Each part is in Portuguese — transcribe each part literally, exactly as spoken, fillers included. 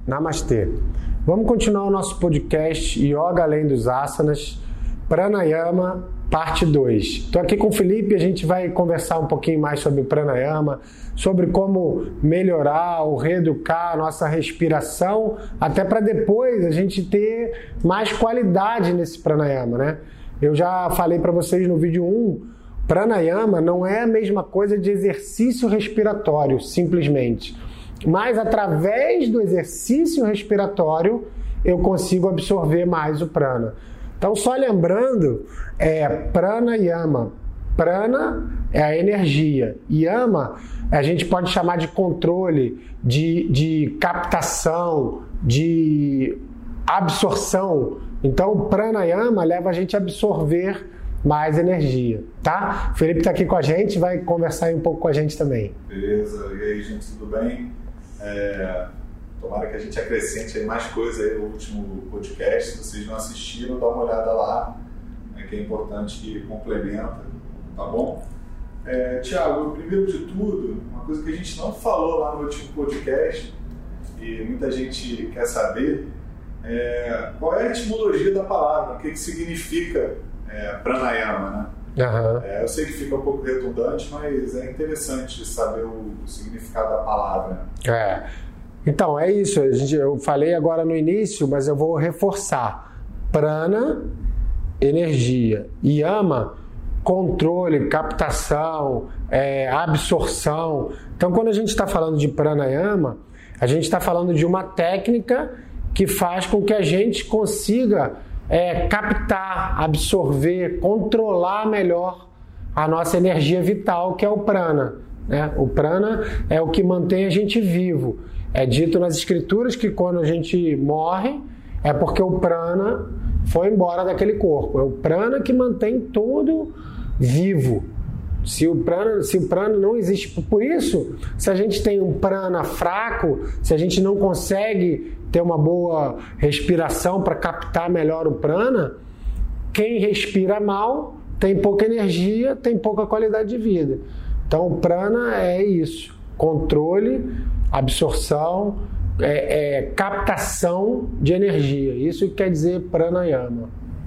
Namastê. Vamos continuar o nosso podcast Yoga Além dos Asanas, Pranayama, parte dois. Estou aqui com o Felipe e a gente vai conversar um pouquinho mais sobre o Pranayama, sobre como melhorar ou reeducar a nossa respiração, até para depois a gente ter mais qualidade nesse Pranayama, né? Eu já falei para vocês no vídeo um, Pranayama não é a mesma coisa de exercício respiratório, simplesmente. Mas através do exercício respiratório eu consigo absorver mais o prana. Então, só lembrando, é Pranayama. Prana é a energia. Yama a gente pode chamar de controle, de, de captação, de absorção. Então, Pranayama leva a gente a absorver mais energia, tá? O Felipe está aqui com a gente, vai conversar aí um pouco com a gente também. Beleza, e aí, gente, tudo bem? É, tomara que a gente acrescente aí mais coisa aí no último podcast. Se vocês não assistiram, dá uma olhada lá, né, que é importante, que complementa, tá bom? É, Tiago, primeiro de tudo, uma coisa que a gente não falou lá no último podcast e muita gente quer saber é qual é a etimologia da palavra, o que, que significa é, pranayama, né? Uhum. É, eu sei que fica um pouco redundante, mas é interessante saber o significado da palavra. É. Então, é isso. A gente, eu falei agora no início, mas eu vou reforçar. Prana, energia. Yama, controle, captação, é, absorção. Então, quando a gente está falando de pranayama, a gente está falando de uma técnica que faz com que a gente consiga É, captar, absorver, controlar melhor a nossa energia vital, que é o prana, né? O prana é o que mantém a gente vivo. É dito nas escrituras que quando a gente morre é porque o prana foi embora daquele corpo. É o prana que mantém tudo vivo. Se o prana, se o prana não existe, por isso, se a gente tem um prana fraco, se a gente não consegue ter uma boa respiração para captar melhor o prana, quem respira mal tem pouca energia, tem pouca qualidade de vida. Então o prana é isso, controle, absorção, é, é, captação de energia. Isso que quer dizer pranayama.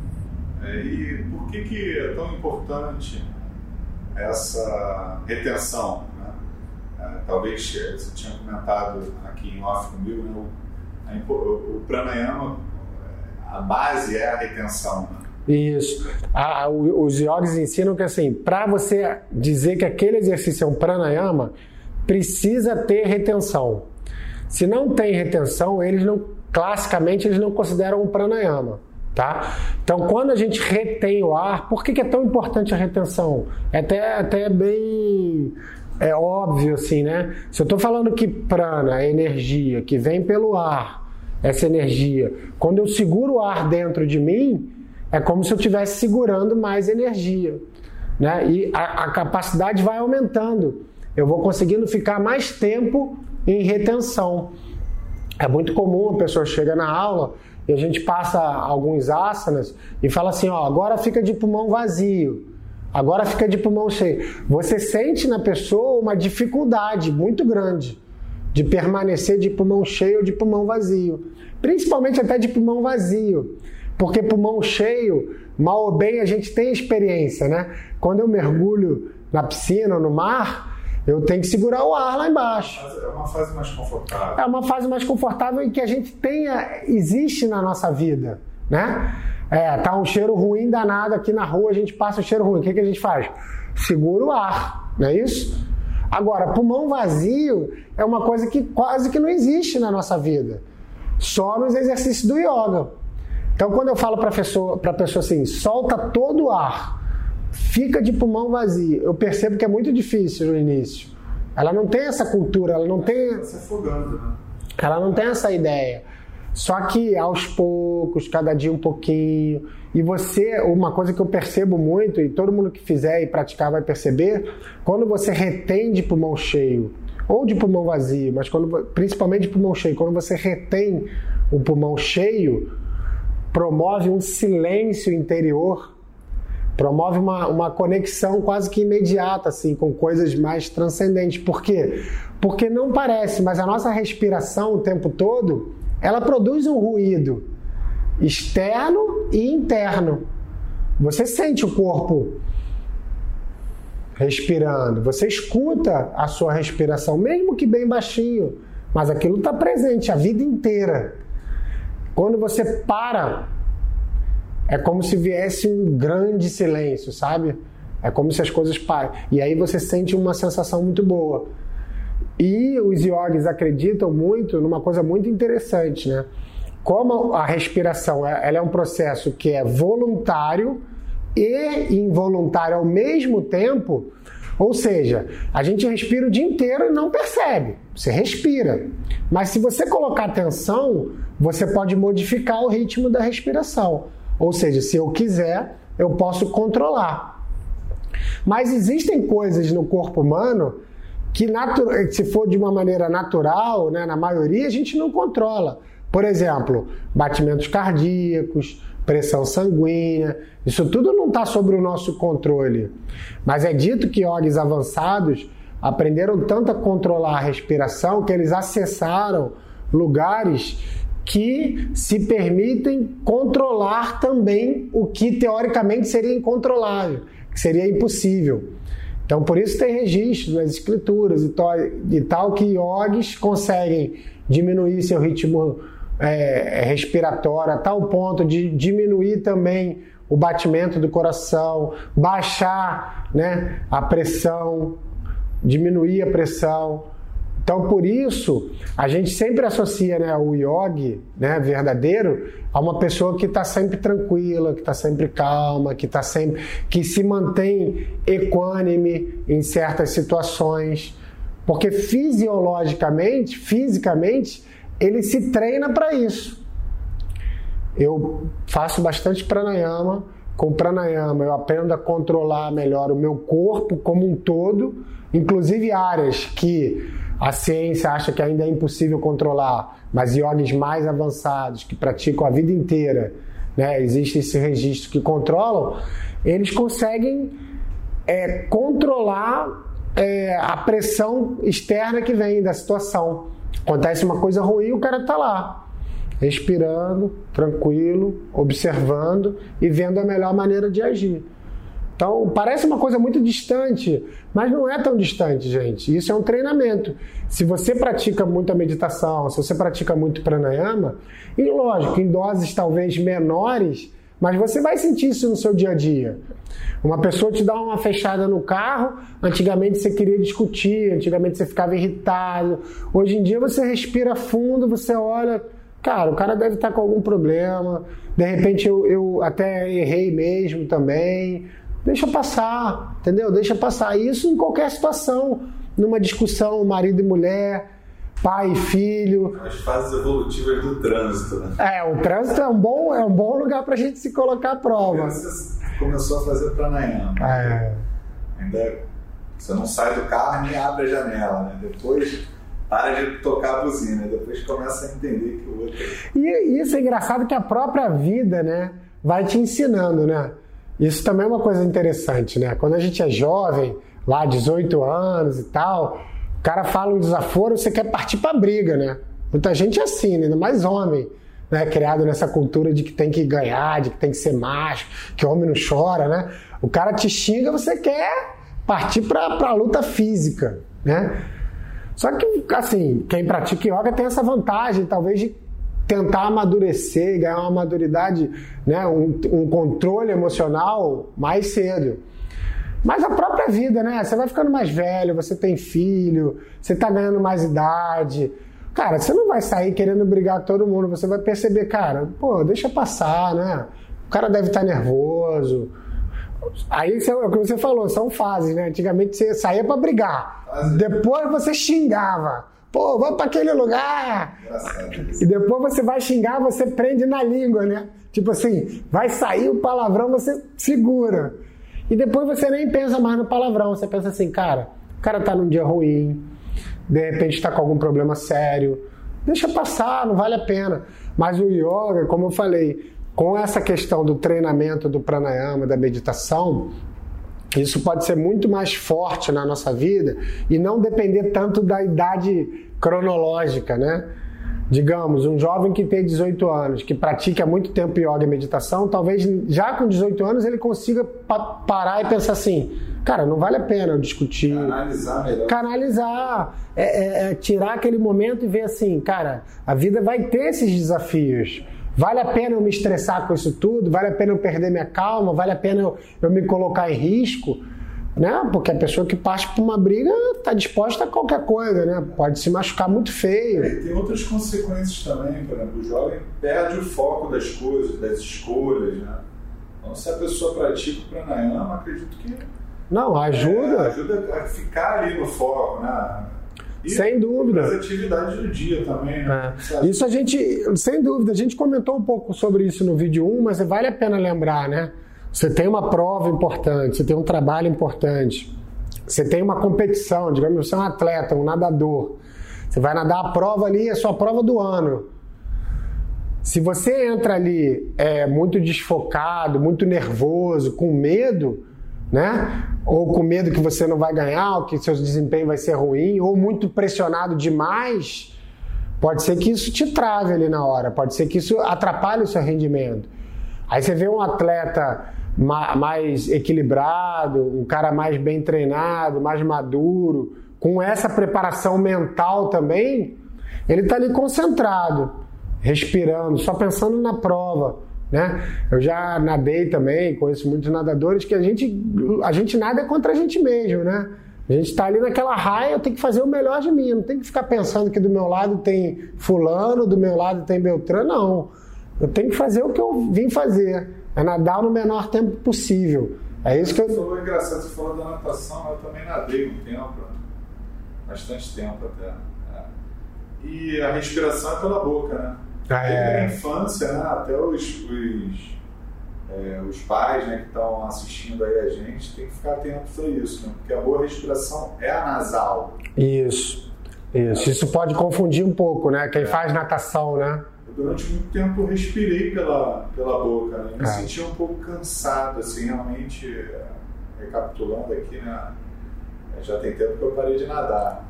É, e por que, que é tão importante essa retenção, né? É, talvez você tinha comentado aqui em off comigo, né? o, o, o pranayama, a base é a retenção, né? Isso. A, os yogis ensinam que assim, para você dizer que aquele exercício é um pranayama, precisa ter retenção. Se não tem retenção, eles não, classicamente eles não consideram um pranayama. Tá? Então, quando a gente retém o ar, por que, que é tão importante a retenção? É até, até bem é óbvio, assim, né? Se eu estou falando que prana é energia que vem pelo ar, essa energia, quando eu seguro o ar dentro de mim, é como se eu estivesse segurando mais energia, né? E a, a capacidade vai aumentando. Eu vou conseguindo ficar mais tempo em retenção. É muito comum a pessoa chega na aula e a gente passa alguns asanas e fala assim, ó, agora fica de pulmão vazio, agora fica de pulmão cheio. Você sente na pessoa uma dificuldade muito grande de permanecer de pulmão cheio ou de pulmão vazio. Principalmente até de pulmão vazio. Porque pulmão cheio, mal ou bem, a gente tem experiência, né? Quando eu mergulho na piscina ou no mar, eu tenho que segurar o ar lá embaixo. É uma fase mais confortável. É uma fase mais confortável e que a gente tenha, existe na nossa vida, né? É, tá um cheiro ruim danado aqui na rua, a gente passa o cheiro ruim. O que, que a gente faz? Segura o ar, não é isso? Agora, pulmão vazio é uma coisa que quase que não existe na nossa vida. Só nos exercícios do yoga. Então, quando eu falo para a pessoa, pra pessoa assim, solta todo o ar, fica de pulmão vazio, eu percebo que é muito difícil no início. Ela não tem essa cultura, ela não tem... Se afogando, né? Ela não tem essa ideia. Só que aos poucos, cada dia um pouquinho. E você, uma coisa que eu percebo muito, e todo mundo que fizer e praticar vai perceber, quando você retém de pulmão cheio, ou de pulmão vazio, mas quando, principalmente de pulmão cheio, quando você retém o pulmão cheio, promove um silêncio interior, promove uma, uma conexão quase que imediata, assim, com coisas mais transcendentes. Por quê? Porque não parece, mas a nossa respiração o tempo todo ela produz um ruído externo e interno. Você sente o corpo respirando, você escuta a sua respiração, mesmo que bem baixinho, mas aquilo está presente a vida inteira. Quando você para, é como se viesse um grande silêncio, sabe? É como se as coisas parem. E aí você sente uma sensação muito boa. E os yogis acreditam muito numa coisa muito interessante, né? Como a respiração ela é um processo que é voluntário e involuntário ao mesmo tempo, ou seja, a gente respira o dia inteiro e não percebe. Você respira. Mas se você colocar atenção, você pode modificar o ritmo da respiração. Ou seja, se eu quiser, eu posso controlar. Mas existem coisas no corpo humano que, se for de uma maneira natural, né, na maioria, a gente não controla. Por exemplo, batimentos cardíacos, pressão sanguínea, isso tudo não está sob o nosso controle. Mas é dito que yogis avançados aprenderam tanto a controlar a respiração que eles acessaram lugares que se permitem controlar também o que teoricamente seria incontrolável, que seria impossível. Então, por isso tem registros nas escrituras e tal, e tal que yogis conseguem diminuir seu ritmo é, respiratório a tal ponto de diminuir também o batimento do coração, baixar, né, a pressão, diminuir a pressão. Então, por isso, a gente sempre associa, né, o yogi, né, verdadeiro a uma pessoa que está sempre tranquila, que está sempre calma, que, tá sempre, que se mantém equânime em certas situações. Porque fisiologicamente, fisicamente, ele se treina para isso. Eu faço bastante pranayama. Com pranayama eu aprendo a controlar melhor o meu corpo como um todo, inclusive áreas que a ciência acha que ainda é impossível controlar, mas yogis mais avançados, que praticam a vida inteira, né, existe esse registro que controlam, eles conseguem é, controlar é, a pressão externa que vem da situação. Acontece uma coisa ruim, o cara está lá, respirando, tranquilo, observando e vendo a melhor maneira de agir. Então, parece uma coisa muito distante, mas não é tão distante, gente. Isso é um treinamento. Se você pratica muita meditação, se você pratica muito pranayama, e lógico, em doses talvez menores, mas você vai sentir isso no seu dia a dia. Uma pessoa te dá uma fechada no carro, antigamente você queria discutir, antigamente você ficava irritado. Hoje em dia você respira fundo, você olha, cara, o cara deve estar com algum problema, de repente eu, eu até errei mesmo também. Deixa passar, entendeu? Deixa passar. Isso em qualquer situação, numa discussão, marido e mulher, pai e filho. As fases evolutivas do trânsito, né? É, o trânsito é um bom, é um bom lugar pra gente se colocar à prova. Você começou a fazer pranayama. É. Ainda você não sai do carro nem abre a janela, né? Depois para de tocar a buzina, depois começa a entender que o outro... E isso é engraçado que a própria vida, né, vai te ensinando, né? Isso também é uma coisa interessante, né? Quando a gente é jovem, lá dezoito anos e tal, o cara fala um desaforo, você quer partir pra briga, né? Muita gente é assim, ainda mais homem, né? Criado nessa cultura de que tem que ganhar, de que tem que ser macho, que homem não chora, né? O cara te xinga, você quer partir pra, pra luta física, né? Só que, assim, quem pratica yoga tem essa vantagem, talvez, de tentar amadurecer, ganhar uma maturidade, né, um, um controle emocional mais cedo. Mas a própria vida, né? Você vai ficando mais velho, você tem filho, você está ganhando mais idade. Cara, você não vai sair querendo brigar com todo mundo, você vai perceber, cara, pô, deixa passar, né? O cara deve estar nervoso. Aí é o que você falou, são fases, né? Antigamente você saía para brigar, depois você xingava. Pô, vamos para aquele lugar. E depois você vai xingar, você prende na língua, né? Tipo assim, vai sair o palavrão, você segura. E depois você nem pensa mais no palavrão. Você pensa assim, cara, o cara tá num dia ruim, de repente tá com algum problema sério. Deixa passar, não vale a pena. Mas o yoga, como eu falei, com essa questão do treinamento do pranayama, da meditação, isso pode ser muito mais forte na nossa vida e não depender tanto da idade cronológica, né? digamos, um jovem que tem dezoito anos, que pratica há muito tempo yoga e meditação, talvez já com dezoito anos ele consiga pa- parar e pensar assim, cara, não vale a pena eu discutir. Canalizar melhor. Canalizar, é, é, é tirar aquele momento e ver assim, cara, a vida vai ter esses desafios. Vale a pena eu me estressar com isso tudo? Vale a pena eu perder minha calma? Vale a pena eu, eu me colocar em risco? Né? Porque a pessoa que parte por uma briga está disposta a qualquer coisa, né? Pode se machucar muito feio. E tem outras consequências também, por exemplo, o jovem perde o foco das coisas, das escolhas, né? Então, se a pessoa pratica o pranayama, acredito que não, ajuda. É, ajuda a ficar ali no foco, né? E sem dúvida. as atividades do dia também, né? É. Isso a gente, sem dúvida, a gente comentou um pouco sobre isso no vídeo um, mas vale a pena lembrar, né? Você tem uma prova importante, você tem um trabalho importante, você tem uma competição, digamos, você é um atleta, um nadador. Você vai nadar a prova ali, é a sua prova do ano. Se você entra ali é, muito desfocado, muito nervoso, com medo, né? Ou com medo que você não vai ganhar, ou que seu desempenho vai ser ruim, ou muito pressionado demais, pode ser que isso te trave ali na hora, pode ser que isso atrapalhe o seu rendimento. Aí você vê um atleta mais equilibrado, um cara mais bem treinado, mais maduro, com essa preparação mental também, ele está ali concentrado, respirando, só pensando na prova, né? Eu já nadei também, conheço muitos nadadores que a gente, a gente nada contra a gente mesmo, né? A gente está ali naquela raia, eu tenho que fazer o melhor de mim, não tem que ficar pensando que do meu lado tem fulano, do meu lado tem Beltrano, não. Eu tenho que fazer o que eu vim fazer. É nadar no menor tempo possível. É isso que eu... Você falou, engraçado, você falou da natação, eu também nadei um tempo, bastante tempo até. É. E a respiração é pela boca, né? Ah, é. Desde a infância, né? Até os, os, é, os pais, né, que estão assistindo aí a gente, tem que ficar atentos a isso, né? Porque a boa respiração é a nasal. Isso, isso. Isso pode confundir um pouco, né? Quem é. faz natação, né? Durante muito tempo eu respirei pela, pela boca, né? Eu me é. sentia um pouco cansado, assim, realmente, recapitulando aqui, né? Já tem tempo que eu parei de nadar,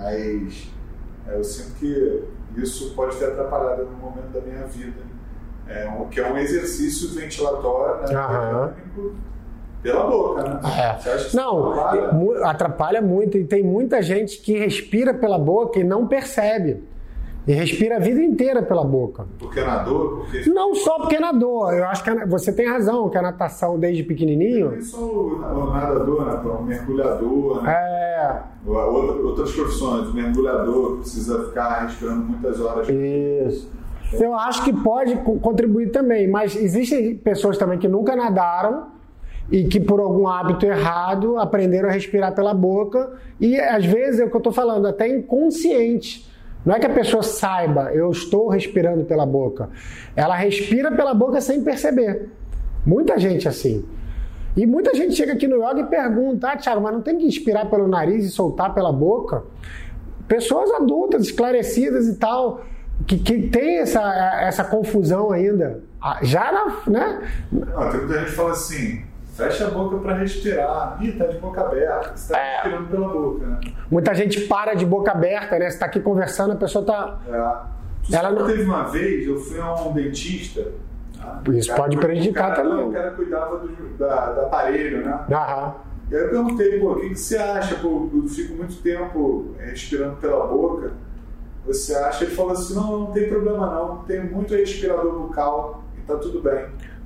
mas eu sinto que isso pode ter atrapalhado no momento da minha vida, é, um, que é um exercício ventilatório, né? Uhum. Pela boca, né? É. Você acha que não, atrapalha? atrapalha muito, e tem muita gente que respira pela boca e não percebe. E respira a vida inteira pela boca. Porque é nadou? Porque... Não só porque é nadou. Eu acho que a, você tem razão, que a natação desde pequenininho... Não só o, o nadador, né? O mergulhador, né? É... Outras profissões, o mergulhador que precisa ficar respirando muitas horas. Isso. Eu acho que pode contribuir também, mas existem pessoas também que nunca nadaram e que por algum hábito errado aprenderam a respirar pela boca e às vezes é o que eu estou falando, até inconsciente. Não é que a pessoa saiba, eu estou respirando pela boca. Ela respira pela boca sem perceber. Muita gente assim. E muita gente chega aqui no yoga e pergunta, ah, Thiago, mas não tem que inspirar pelo nariz e soltar pela boca? Pessoas adultas, esclarecidas e tal, que, que tem essa, essa confusão ainda. Já na... né? Não, tem muita gente que fala assim... Fecha a boca para respirar. Ih, tá de boca aberta. Você tá é. respirando pela boca, né? Muita gente para de boca aberta, né? Você tá aqui conversando, a pessoa tá... É. Ela não... Teve uma vez, eu fui a um dentista... Tá? Isso pode prejudicar cara, também. O cara cuidava do, da, do aparelho, né? Aham. E aí eu perguntei, pô, o que, que você acha? Pô, eu fico muito tempo respirando pela boca. Você acha? Ele falou assim, não, não tem problema não. Tem muito respirador bucal e tá tudo bem.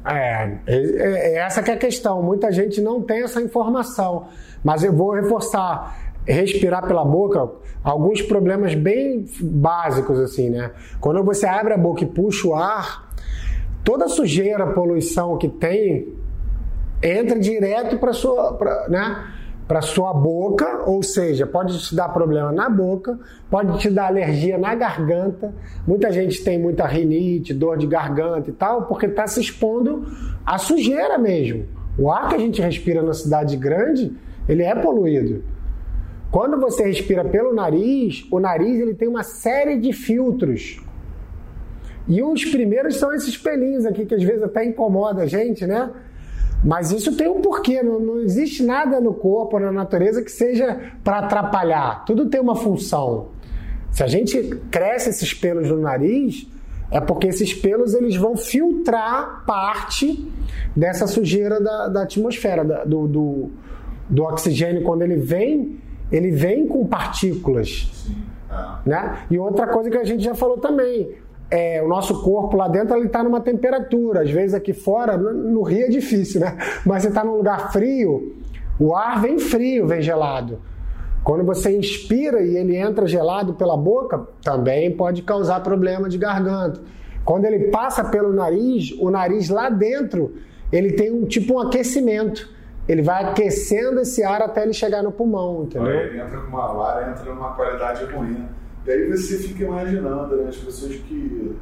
É, é, essa que é a questão. Muita gente não tem essa informação. Mas eu vou reforçar. Respirar pela boca, alguns problemas bem básicos, assim, né? Quando você abre a boca e puxa o ar, toda a sujeira, poluição que tem, entra direto para sua, pra, né? para sua boca, ou seja, pode te dar problema na boca, pode te dar alergia na garganta. Muita gente tem muita rinite, dor de garganta e tal, porque está se expondo à sujeira mesmo. O ar que a gente respira na cidade grande, ele é poluído. Quando você respira pelo nariz, o nariz ele tem uma série de filtros. E os primeiros são esses pelinhos aqui, que às vezes até incomoda a gente, né? Mas isso tem um porquê, não, não existe nada no corpo, na natureza, que seja para atrapalhar. Tudo tem uma função. Se a gente cresce esses pelos no nariz, é porque esses pelos eles vão filtrar parte dessa sujeira da, da atmosfera, da, do, do, do oxigênio. Quando ele vem, ele vem com partículas. Sim. Ah. Né? E outra coisa que a gente já falou também, é, o nosso corpo lá dentro está numa temperatura. Às vezes aqui fora, no, no Rio é difícil, né? Mas você está num lugar frio, o ar vem frio, vem gelado. Quando você inspira e ele entra gelado pela boca, também pode causar problema de garganta. Quando ele passa pelo nariz, o nariz lá dentro, ele tem um tipo um aquecimento. Ele vai aquecendo esse ar até ele chegar no pulmão, entendeu? Aí ele entra com uma vara, entra numa qualidade ruim. E aí você fica imaginando, né, as pessoas que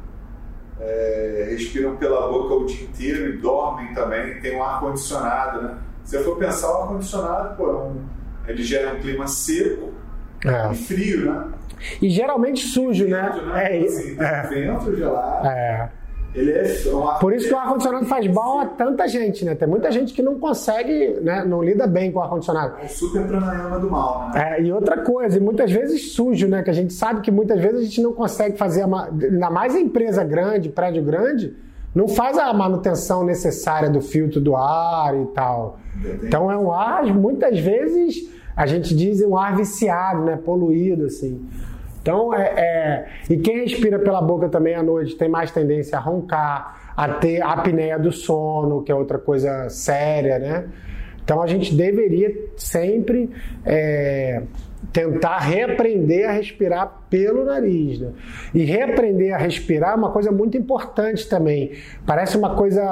é, respiram pela boca o dia inteiro e dormem também, tem um ar-condicionado, né? Se eu for pensar, o ar-condicionado, pô, um, ele gera um clima seco é. e frio, né? E geralmente sujo, dentro, né? né? É, assim, é. Dentro, gelado. É. Ele é um ar... Por isso que o ar-condicionado faz mal a tanta gente, né? Tem muita gente que não consegue, né? Não lida bem com o ar-condicionado. É o super pranayama do mal, né? É, e outra coisa, e muitas vezes sujo, né? Que a gente sabe que muitas vezes a gente não consegue fazer, uma, ainda mais em empresa grande, prédio grande, não faz a manutenção necessária do filtro do ar e tal. Então é um ar, muitas vezes, a gente diz um ar viciado, né? Poluído, assim. Então, é, é... E quem respira pela boca também à noite tem mais tendência a roncar, a ter apneia do sono, que é outra coisa séria, né? Então, a gente deveria sempre é, tentar reaprender a respirar pelo nariz, né? E reaprender a respirar é uma coisa muito importante também. Parece uma coisa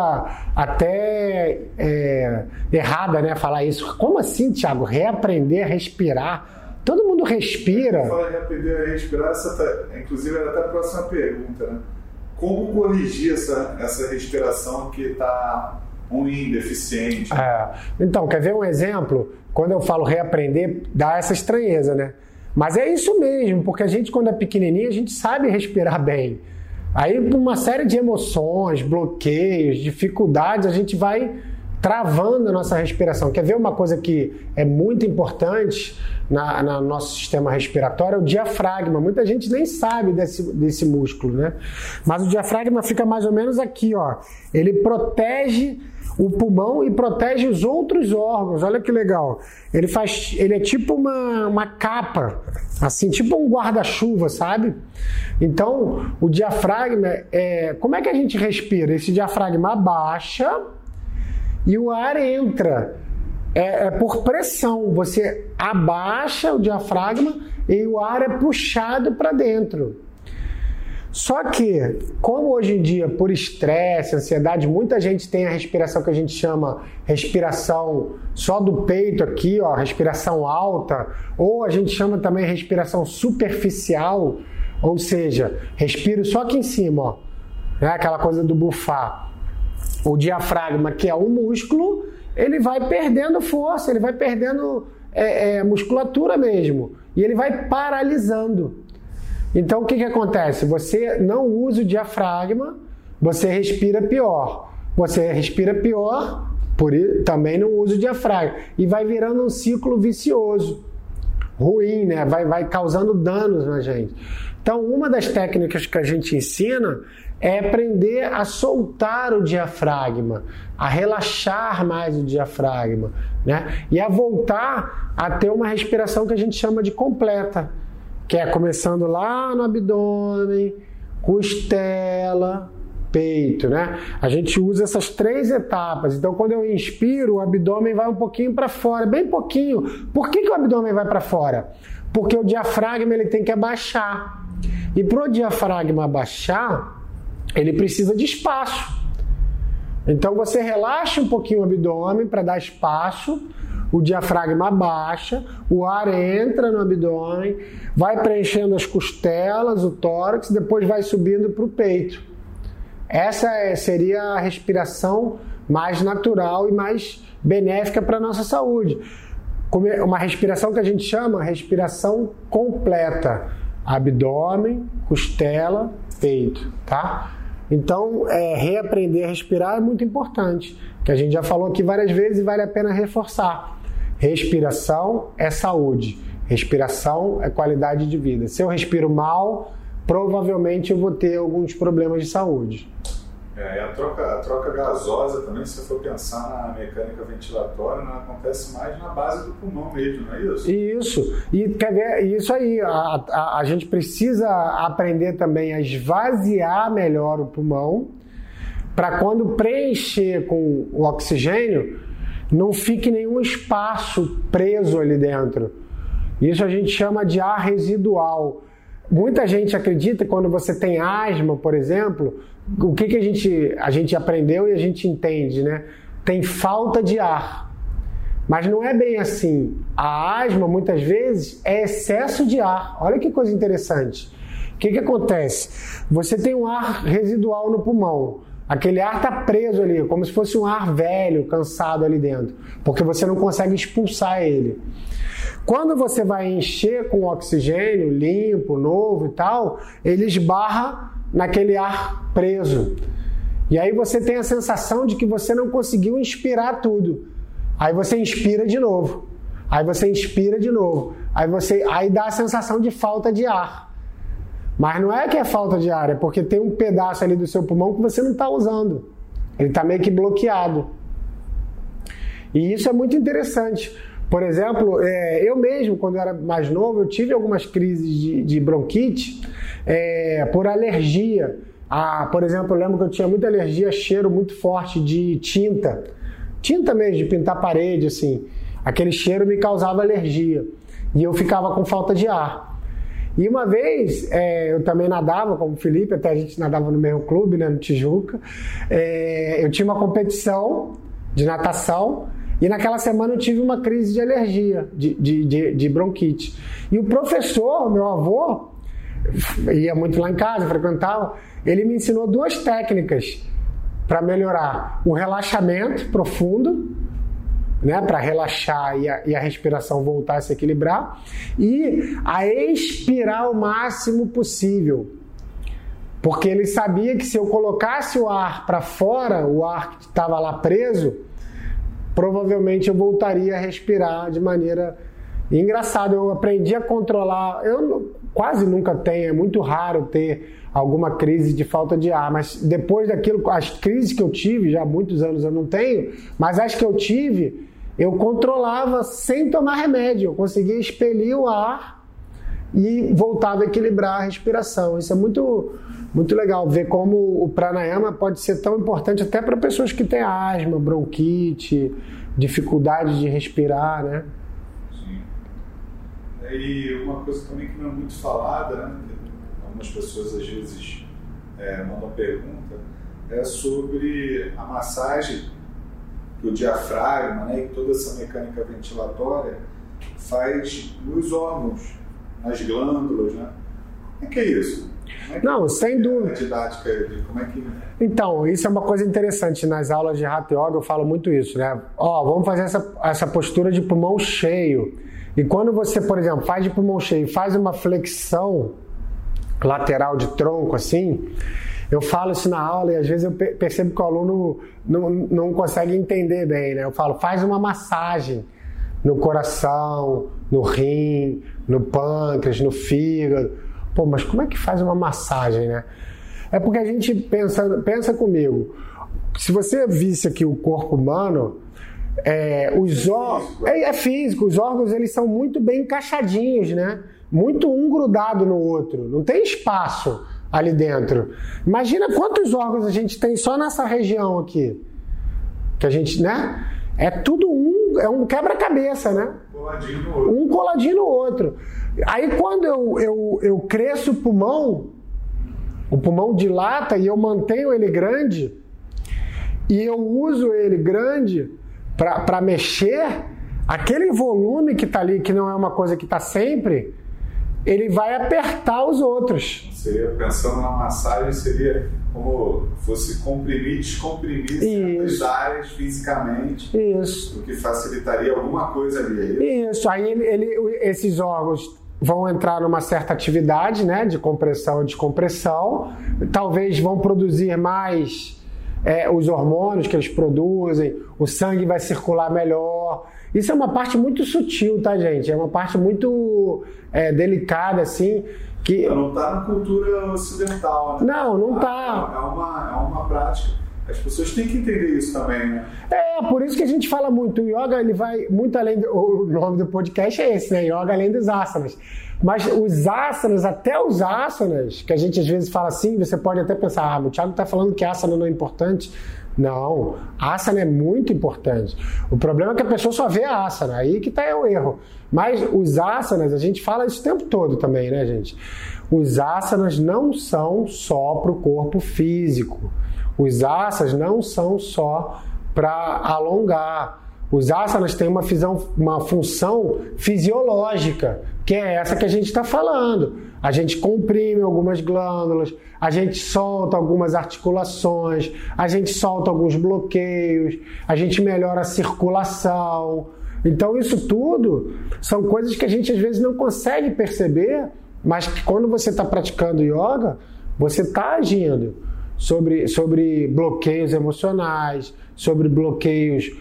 até é, errada, né? Falar isso. Como assim, Thiago? Reaprender a respirar? Todo mundo respira. Fala em aprender a respirar, essa tá, inclusive era até a próxima pergunta, né? Como corrigir essa, essa respiração que está ruim, deficiente? É. Então, quer ver um exemplo? Quando eu falo reaprender, dá essa estranheza, né? Mas é isso mesmo, porque a gente, quando é pequenininho, a gente sabe respirar bem. Aí, por uma série de emoções, bloqueios, dificuldades, a gente vai travando a nossa respiração. Quer ver uma coisa que é muito importante na, na nosso sistema respiratório? É o diafragma. Muita gente nem sabe desse, desse músculo, né? Mas o diafragma fica mais ou menos aqui, ó. Ele protege o pulmão e protege os outros órgãos. Olha que legal. Ele faz, ele é tipo uma, uma capa, assim, tipo um guarda-chuva, sabe? Então, o diafragma, é, como é que a gente respira? Esse diafragma abaixa e o ar entra. É, é por pressão. Você abaixa o diafragma e o ar é puxado para dentro. Só que, como hoje em dia, por estresse, ansiedade, muita gente tem a respiração que a gente chama respiração só do peito aqui, ó, respiração alta, ou a gente chama também respiração superficial, ou seja, respiro só aqui em cima, ó, né, aquela coisa do bufar. O diafragma, que é um músculo, ele vai perdendo força, ele vai perdendo é, é, musculatura mesmo. E ele vai paralisando. Então, o que, que acontece? Você não usa o diafragma, você respira pior. Você respira pior, por isso, também não usa o diafragma. E vai virando um ciclo vicioso. Ruim, né? Vai, vai causando danos na gente. Então, uma das técnicas que a gente ensina é aprender a soltar o diafragma, a relaxar mais o diafragma, né? E a voltar a ter uma respiração que a gente chama de completa, que é começando lá no abdômen, costela, peito, né? A gente usa essas três etapas. Então, quando eu inspiro, o abdômen vai um pouquinho para fora, bem pouquinho. Por que, que o abdômen vai para fora? Porque o diafragma ele tem que abaixar. E para o diafragma abaixar, ele precisa de espaço. Então você relaxa um pouquinho o abdômen para dar espaço, o diafragma abaixa, o ar entra no abdômen, vai preenchendo as costelas, o tórax, depois vai subindo para o peito. Essa é, seria a respiração mais natural e mais benéfica para a nossa saúde. Uma respiração que a gente chama respiração completa. Abdômen, costela, peito, tá? Então, é, reaprender a respirar é muito importante, que a gente já falou aqui várias vezes e vale a pena reforçar. Respiração é saúde. Respiração é qualidade de vida. Se eu respiro mal, provavelmente eu vou ter alguns problemas de saúde. É, e a troca, a troca gasosa também, se você for pensar na mecânica ventilatória, não acontece mais na base do pulmão mesmo, não é isso? Isso. E quer ver, isso aí, a, a, a gente precisa aprender também a esvaziar melhor o pulmão, para quando preencher com o oxigênio, não fique nenhum espaço preso ali dentro. Isso a gente chama de ar residual. Muita gente acredita que quando você tem asma, por exemplo, o que, que a, gente, a gente aprendeu e a gente entende, né? Tem falta de ar. Mas não é bem assim. A asma, muitas vezes, é excesso de ar. Olha que coisa interessante. O que, que acontece? Você tem um ar residual no pulmão. Aquele ar está preso ali, como se fosse um ar velho, cansado ali dentro. Porque você não consegue expulsar ele. Quando você vai encher com oxigênio limpo, novo e tal, ele esbarra naquele ar preso. E aí você tem a sensação de que você não conseguiu inspirar tudo. Aí você inspira de novo. Aí você inspira de novo. Aí, você, aí dá a sensação de falta de ar. Mas não é que é falta de ar, é porque tem um pedaço ali do seu pulmão que você não está usando. Ele está meio que bloqueado. E isso é muito interessante. Por exemplo, é, eu mesmo, quando eu era mais novo, eu tive algumas crises de, de bronquite é, por alergia. Ah, por exemplo, eu lembro que eu tinha muita alergia a cheiro muito forte de tinta. Tinta mesmo, de pintar parede, assim. Aquele cheiro me causava alergia. E eu ficava com falta de ar. E uma vez, é, eu também nadava, como o Felipe, até a gente nadava no mesmo clube, né, no Tijuca. É, eu tinha uma competição de natação. E naquela semana eu tive uma crise de alergia, de, de, de, de bronquite. E o professor, meu avô, ia muito lá em casa, frequentava, ele me ensinou duas técnicas para melhorar. O relaxamento profundo, né, para relaxar e a, e a respiração voltar a se equilibrar. E a expirar o máximo possível. Porque ele sabia que se eu colocasse o ar para fora, o ar que estava lá preso, provavelmente eu voltaria a respirar de maneira engraçada. Eu aprendi a controlar, eu quase nunca tenho, é muito raro ter alguma crise de falta de ar, mas depois daquilo, as crises que eu tive, já há muitos anos eu não tenho, mas as que eu tive, eu controlava sem tomar remédio, eu conseguia expelir o ar e voltava a equilibrar a respiração. Isso é muito, muito legal, ver como o pranayama pode ser tão importante até para pessoas que têm asma, bronquite, dificuldade de respirar, né? Sim. E uma coisa também que não é muito falada, né? Algumas pessoas às vezes é, mandam pergunta, é sobre a massagem que o diafragma, né, e toda essa mecânica ventilatória faz nos órgãos, nas glândulas, né? O que é isso? Como é que Não, sem é dúvida. A didática de como é que... Então, isso é uma coisa interessante. Nas aulas de Hatha Yoga eu falo muito isso, né? Ó, vamos fazer essa, essa postura de pulmão cheio. E quando você, por exemplo, faz de pulmão cheio, faz uma flexão lateral de tronco, assim, eu falo isso na aula e às vezes eu percebo que o aluno não, não consegue entender bem, né? Eu falo, faz uma massagem no coração, no rim, no pâncreas, no fígado. Pô, mas como é que faz uma massagem, né? É porque a gente pensa, pensa comigo, se você visse aqui o corpo humano, é, os órgãos, é, é físico, os órgãos eles são muito bem encaixadinhos, né? Muito um grudado no outro, não tem espaço ali dentro. Imagina quantos órgãos a gente tem só nessa região aqui, que a gente, né? É tudo um, é um quebra-cabeça, né? Coladinho no outro. Um coladinho no outro. Aí quando eu, eu, eu cresço o pulmão, o pulmão dilata e eu mantenho ele grande, e eu uso ele grande para mexer, aquele volume que está ali, que não é uma coisa que está sempre, ele vai apertar os outros. Seria, pensando na massagem, seria como fosse comprimir, descomprimir certas áreas fisicamente. Isso. O que facilitaria alguma coisa ali. Isso. Aí ele, ele, esses órgãos vão entrar numa certa atividade, né, de compressão e descompressão. Talvez vão produzir mais é, os hormônios que eles produzem, o sangue vai circular melhor. Isso é uma parte muito sutil, tá, gente? É uma parte muito é, delicada, assim, que... Não está na cultura ocidental, né? Não, não está. É, é, uma, é uma prática. As pessoas têm que entender isso também, né? É, por isso que a gente fala muito. O yoga, ele vai muito além... Do, o nome do podcast é esse, né? Yoga além dos asanas. Mas os asanas, até os asanas, que a gente às vezes fala assim, você pode até pensar, ah, o Thiago está falando que asana não é importante. Não, asana é muito importante. O problema é que a pessoa só vê a asana, aí que está o erro. Mas os asanas, a gente fala isso o tempo todo também, né, gente? Os asanas não são só para o corpo físico. Os asanas não são só para alongar. Os asanas têm uma, fisão, uma função fisiológica, que é essa que a gente está falando. A gente comprime algumas glândulas, a gente solta algumas articulações, a gente solta alguns bloqueios, a gente melhora a circulação. Então isso tudo são coisas que a gente às vezes não consegue perceber, mas que quando você está praticando yoga, você está agindo sobre, sobre bloqueios emocionais, sobre bloqueios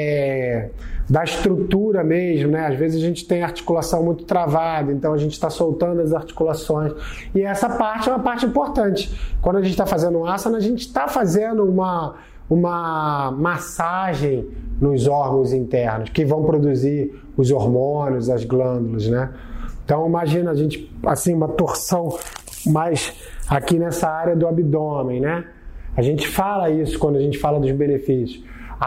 é, da estrutura mesmo, né? Às vezes a gente tem articulação muito travada, então a gente está soltando as articulações. E essa parte é uma parte importante. Quando a gente está fazendo um asana, a gente está fazendo uma, uma massagem nos órgãos internos, que vão produzir os hormônios, as glândulas, né? Então imagina a gente, assim, uma torção mais aqui nessa área do abdômen, né? A gente fala isso quando a gente fala dos benefícios.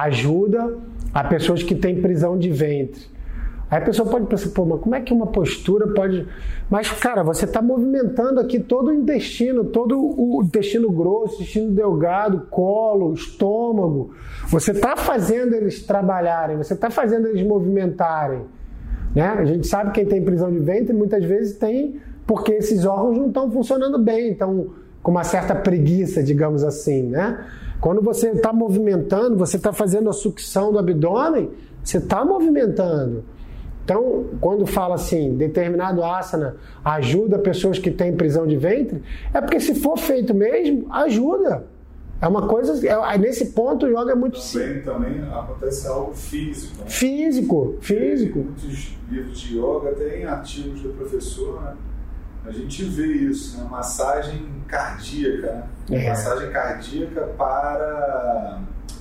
Ajuda a pessoas que têm prisão de ventre. Aí a pessoa pode pensar, pô, mas como é que uma postura pode... Mas, cara, você está movimentando aqui todo o intestino, todo o intestino grosso, intestino delgado, colo, estômago. Você está fazendo eles trabalharem, você está fazendo eles movimentarem. Né? A gente sabe que quem tem prisão de ventre muitas vezes tem porque esses órgãos não estão funcionando bem, estão com uma certa preguiça, digamos assim, né? Quando você está movimentando, você está fazendo a sucção do abdômen, você está movimentando. Então, quando fala assim, determinado asana ajuda pessoas que têm prisão de ventre, é porque se for feito mesmo, ajuda. É uma coisa, é, nesse ponto o yoga é muito simples. Também acontece algo físico. Né? Físico, físico. Tem muitos livros de yoga, tem artigos do professor, né? A gente vê isso, né? Massagem cardíaca, né? É. Massagem cardíaca para,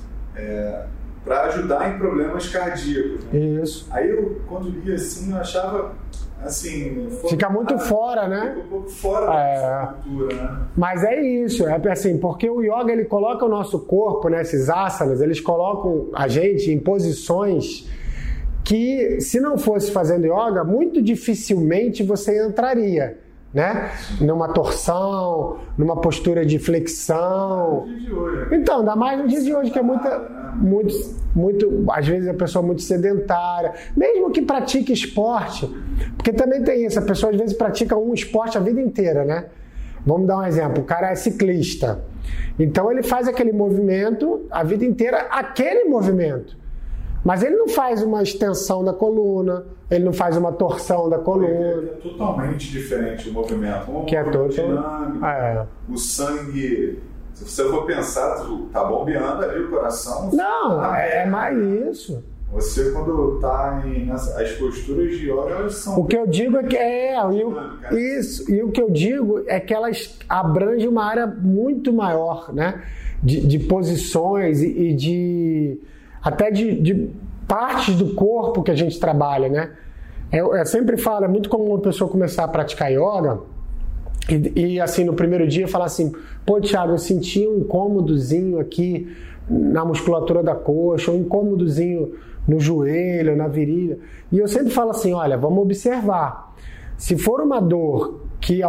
é, para ajudar em problemas cardíacos. Né? Isso. Aí eu, quando li assim, eu achava assim... Fica muito fora, né? Fica um pouco fora da é. cultura, né? Mas é isso, é assim, porque o yoga ele coloca o nosso corpo, né, esses asanas, eles colocam a gente em posições que, se não fosse fazendo yoga, muito dificilmente você entraria. Né? Numa torção, numa postura de flexão. No dia de hoje. Então, ainda mais no dia de hoje, que é muita, muito, muito, às vezes a pessoa é muito sedentária, mesmo que pratique esporte, porque também tem isso, a pessoa às vezes pratica um esporte a vida inteira, né? Vamos dar um exemplo, o cara é ciclista, então ele faz aquele movimento a vida inteira, aquele movimento. Mas ele não faz uma extensão da coluna, ele não faz uma torção da coluna. É totalmente diferente o movimento. Um que é todo dinâmico, é. O sangue, se você for pensar, tá bombeando ali o coração. Não, tá é mais isso. Você, quando está em... As posturas de yoga, elas são... O que eu digo é que... É, eu, isso. E o que eu digo é que elas abrangem uma área muito maior, né? De, de posições e, e de... Até de, de partes do corpo que a gente trabalha, né? Eu, eu sempre falo, é muito comum uma pessoa começar a praticar yoga e, e assim, no primeiro dia falar assim, pô, Thiago, eu senti um incômodozinho aqui na musculatura da coxa, um incômodozinho no joelho, na virilha. E eu sempre falo assim, olha, vamos observar. Se for uma dor que a,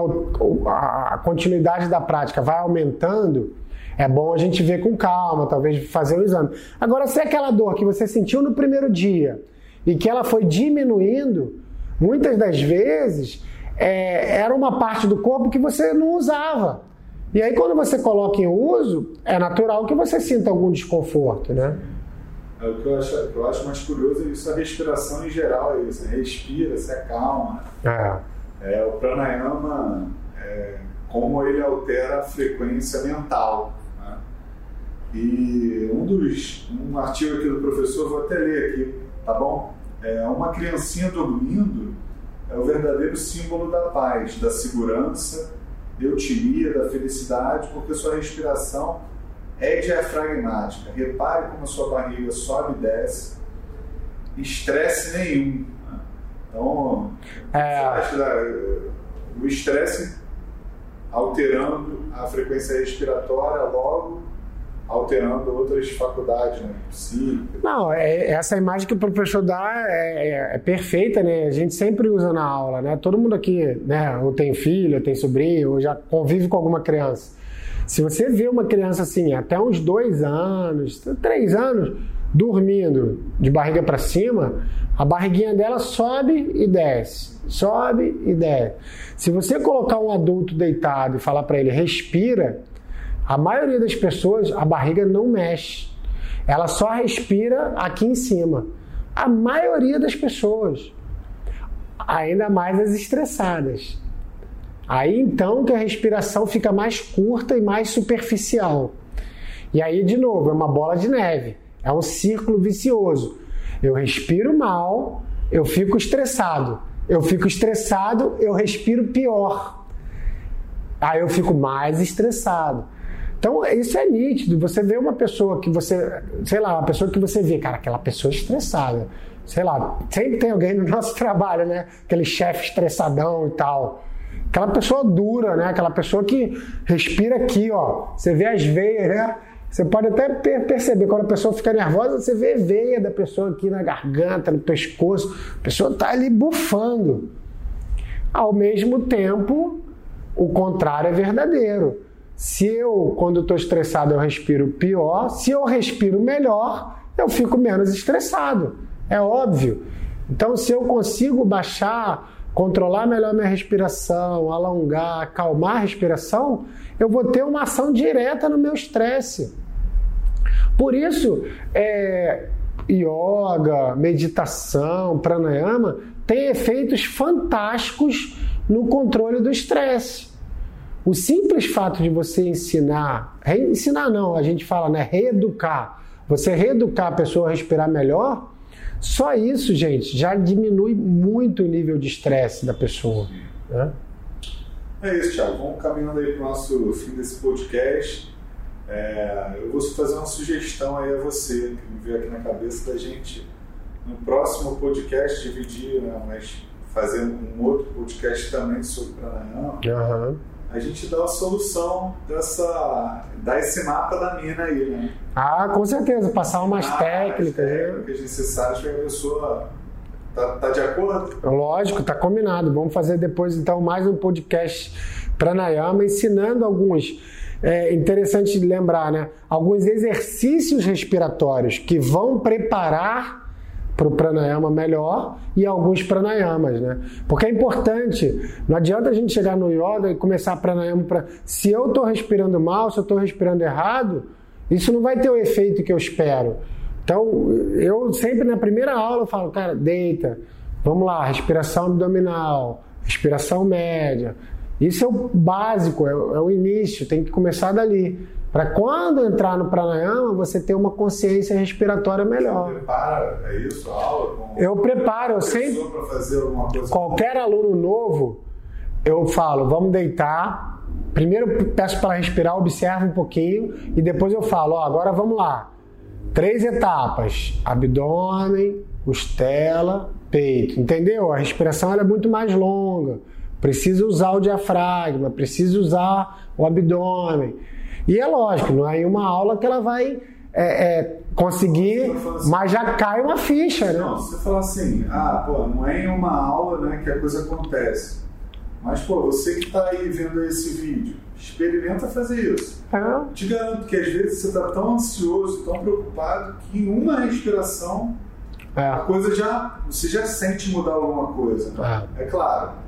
a continuidade da prática vai aumentando, é bom a gente ver com calma, talvez fazer um exame. Agora, se é aquela dor que você sentiu no primeiro dia e que ela foi diminuindo, muitas das vezes é, era uma parte do corpo que você não usava. E aí, quando você coloca em uso, é natural que você sinta algum desconforto, né? É, o que eu acho, eu acho mais curioso é isso, a respiração em geral é isso. Você respira, se acalma. É. É, o pranayama, é, como ele altera a frequência mental. E um dos um artigo aqui do professor, vou até ler aqui, tá bom? É, uma criancinha dormindo é o verdadeiro símbolo da paz, da segurança, da eutimia, da felicidade, porque sua respiração é diafragmática. Repare como a sua barriga sobe e desce, estresse nenhum. Então, é... você acha da, o estresse alterando a frequência respiratória, logo alterando outras faculdades, né? Psíquica. Não, é, essa imagem que o professor dá é, é, é perfeita, né? A gente sempre usa na aula, né? Todo mundo aqui, né? Ou tem filho, ou tem sobrinho, ou já convive com alguma criança. Se você vê uma criança assim, até uns dois anos, três anos, dormindo de barriga para cima, a barriguinha dela sobe e desce, sobe e desce. Se você colocar um adulto deitado e falar para ele, respira, a maioria das pessoas, a barriga não mexe. Ela só respira aqui em cima. A maioria das pessoas. Ainda mais as estressadas. Aí então que a respiração fica mais curta e mais superficial. E aí, de novo, é uma bola de neve. É um círculo vicioso. Eu respiro mal, eu fico estressado. Eu fico estressado, eu respiro pior. Aí eu fico mais estressado. Então, isso é nítido. Você vê uma pessoa que você... Sei lá, uma pessoa que você vê, cara, aquela pessoa estressada. Sei lá, sempre tem alguém no nosso trabalho, né? Aquele chefe estressadão e tal. Aquela pessoa dura, né? Aquela pessoa que respira aqui, ó. Você vê as veias, né? Você pode até perceber, quando a pessoa fica nervosa, você vê a veia da pessoa aqui na garganta, no pescoço. A pessoa está ali bufando. Ao mesmo tempo, o contrário é verdadeiro. Se eu, quando estou estressado, eu respiro pior, se eu respiro melhor, eu fico menos estressado. É óbvio. Então, se eu consigo baixar, controlar melhor minha respiração, alongar, acalmar a respiração, eu vou ter uma ação direta no meu estresse. Por isso, é, yoga, meditação, pranayama tem efeitos fantásticos no controle do estresse. O simples fato de você ensinar, ensinar não, a gente fala, né, reeducar, você reeducar a pessoa a respirar melhor, só isso, gente, já diminui muito o nível de estresse da pessoa. Né? É isso, Thiago. Vamos caminhando aí para o nosso fim desse podcast. É, eu vou fazer uma sugestão aí a você, que me veio aqui na cabeça da gente, no próximo podcast, dividir, né, mas fazer um outro podcast também sobre pranayama. Uhum. A gente dá a solução dessa, dar esse mapa da mina aí, né? Ah, com certeza, passar umas ah, técnicas. técnicas necessárias para a pessoa tá, tá de acordo? Lógico, tá combinado. Vamos fazer depois então mais um podcast pranayama ensinando alguns. É interessante lembrar, né? Alguns exercícios respiratórios que vão preparar para o pranayama melhor e alguns pranayamas, né? Porque é importante, não adianta a gente chegar no yoga e começar pranayama para... Se eu estou respirando mal, se eu estou respirando errado, isso não vai ter o efeito que eu espero. Então, eu sempre na primeira aula eu falo, cara, deita, vamos lá, respiração abdominal, respiração média. Isso é o básico, é o, é o início, tem que começar dali. Para quando entrar no pranayama, você ter uma consciência respiratória melhor. Você prepara, é isso, a aula? Com eu preparo, eu sempre... Para fazer alguma coisa. Qualquer aluno novo, eu falo, vamos deitar. Primeiro peço para respirar, observa um pouquinho e depois eu falo, ó, agora vamos lá. Três etapas, abdômen, costela, peito. Entendeu? A respiração ela é muito mais longa. Precisa usar o diafragma, precisa usar o abdômen. E é lógico, não é em uma aula que ela vai é, é, conseguir, assim, mas já cai uma ficha, né? Não, se você falar assim, ah, pô, não é em uma aula, né, que a coisa acontece. Mas, pô, você que está aí vendo esse vídeo, experimenta fazer isso. É. Te garanto que às vezes você está tão ansioso, tão preocupado, que em uma respiração é. a coisa já, você já sente mudar alguma coisa. Né? É. é claro.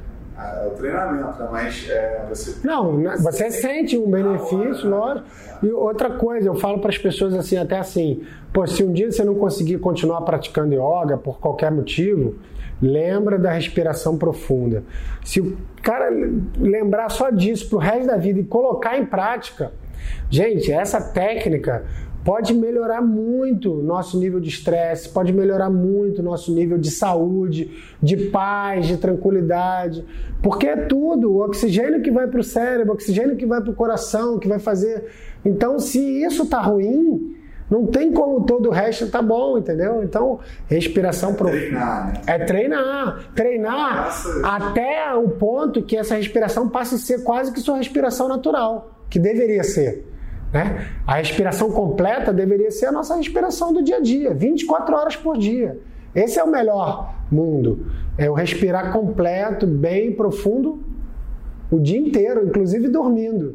É o treinamento, né? Mas é, você... Não, você sente um benefício, lógico. E outra coisa, eu falo para as pessoas assim, até assim, pô, se um dia você não conseguir continuar praticando yoga por qualquer motivo, lembra da respiração profunda. Se o cara lembrar só disso pro resto da vida e colocar em prática, Gente, essa técnica pode melhorar muito o nosso nível de estresse, pode melhorar muito o nosso nível de saúde, de paz, de tranquilidade, porque é tudo, o oxigênio que vai para o cérebro, o oxigênio que vai para o coração, que vai fazer... Então, se isso tá ruim, não tem como todo o resto tá bom, entendeu? Então, respiração... É treinar, né? É treinar. Treinar Nossa. até o ponto que essa respiração passe a ser quase que sua respiração natural, que deveria ser. Né? A respiração completa deveria ser a nossa respiração do dia a dia, vinte e quatro horas por dia. Esse é o melhor mundo. É o respirar completo, bem profundo, o dia inteiro, inclusive dormindo.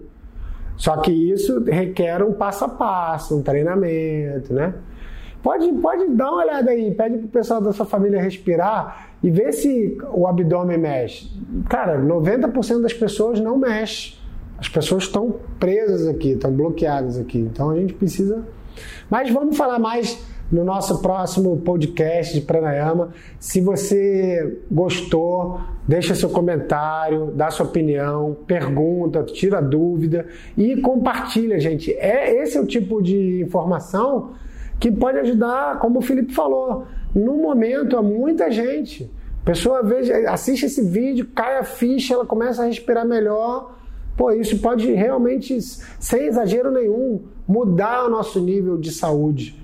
Só que isso requer um passo a passo, um treinamento, né? Pode, pode dar uma olhada aí, pede pro pessoal da sua família respirar e ver se o abdômen mexe. Cara, noventa por cento das pessoas não mexe. As pessoas estão presas aqui, estão bloqueadas aqui. Então a gente precisa... Mas vamos falar mais no nosso próximo podcast de Pranayama. Se você gostou, deixa seu comentário, dá sua opinião, pergunta, tira dúvida e compartilha, gente. É, esse é o tipo de informação que pode ajudar, como o Felipe falou, no momento a muita gente. A pessoa veja, assiste esse vídeo, cai a ficha, ela começa a respirar melhor. Pô, isso pode realmente, sem exagero nenhum, mudar o nosso nível de saúde.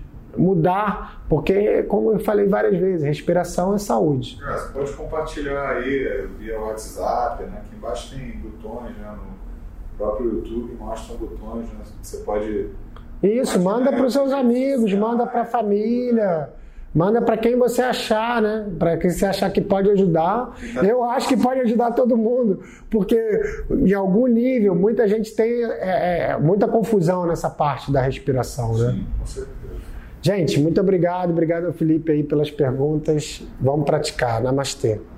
Mudar, porque, como eu falei várias vezes, respiração é saúde. É, você pode compartilhar aí via WhatsApp, né? Aqui embaixo tem botões, né? No próprio YouTube mostram botões, né? Você pode... Isso, manda para os seus amigos, manda para a família, manda para quem você achar, né? Para quem você achar que pode ajudar. Eu acho que pode ajudar todo mundo, porque em algum nível muita gente tem é, é, muita confusão nessa parte da respiração, né? Sim, com certeza. Gente, muito obrigado, obrigado ao Felipe aí pelas perguntas. Vamos praticar. Namastê.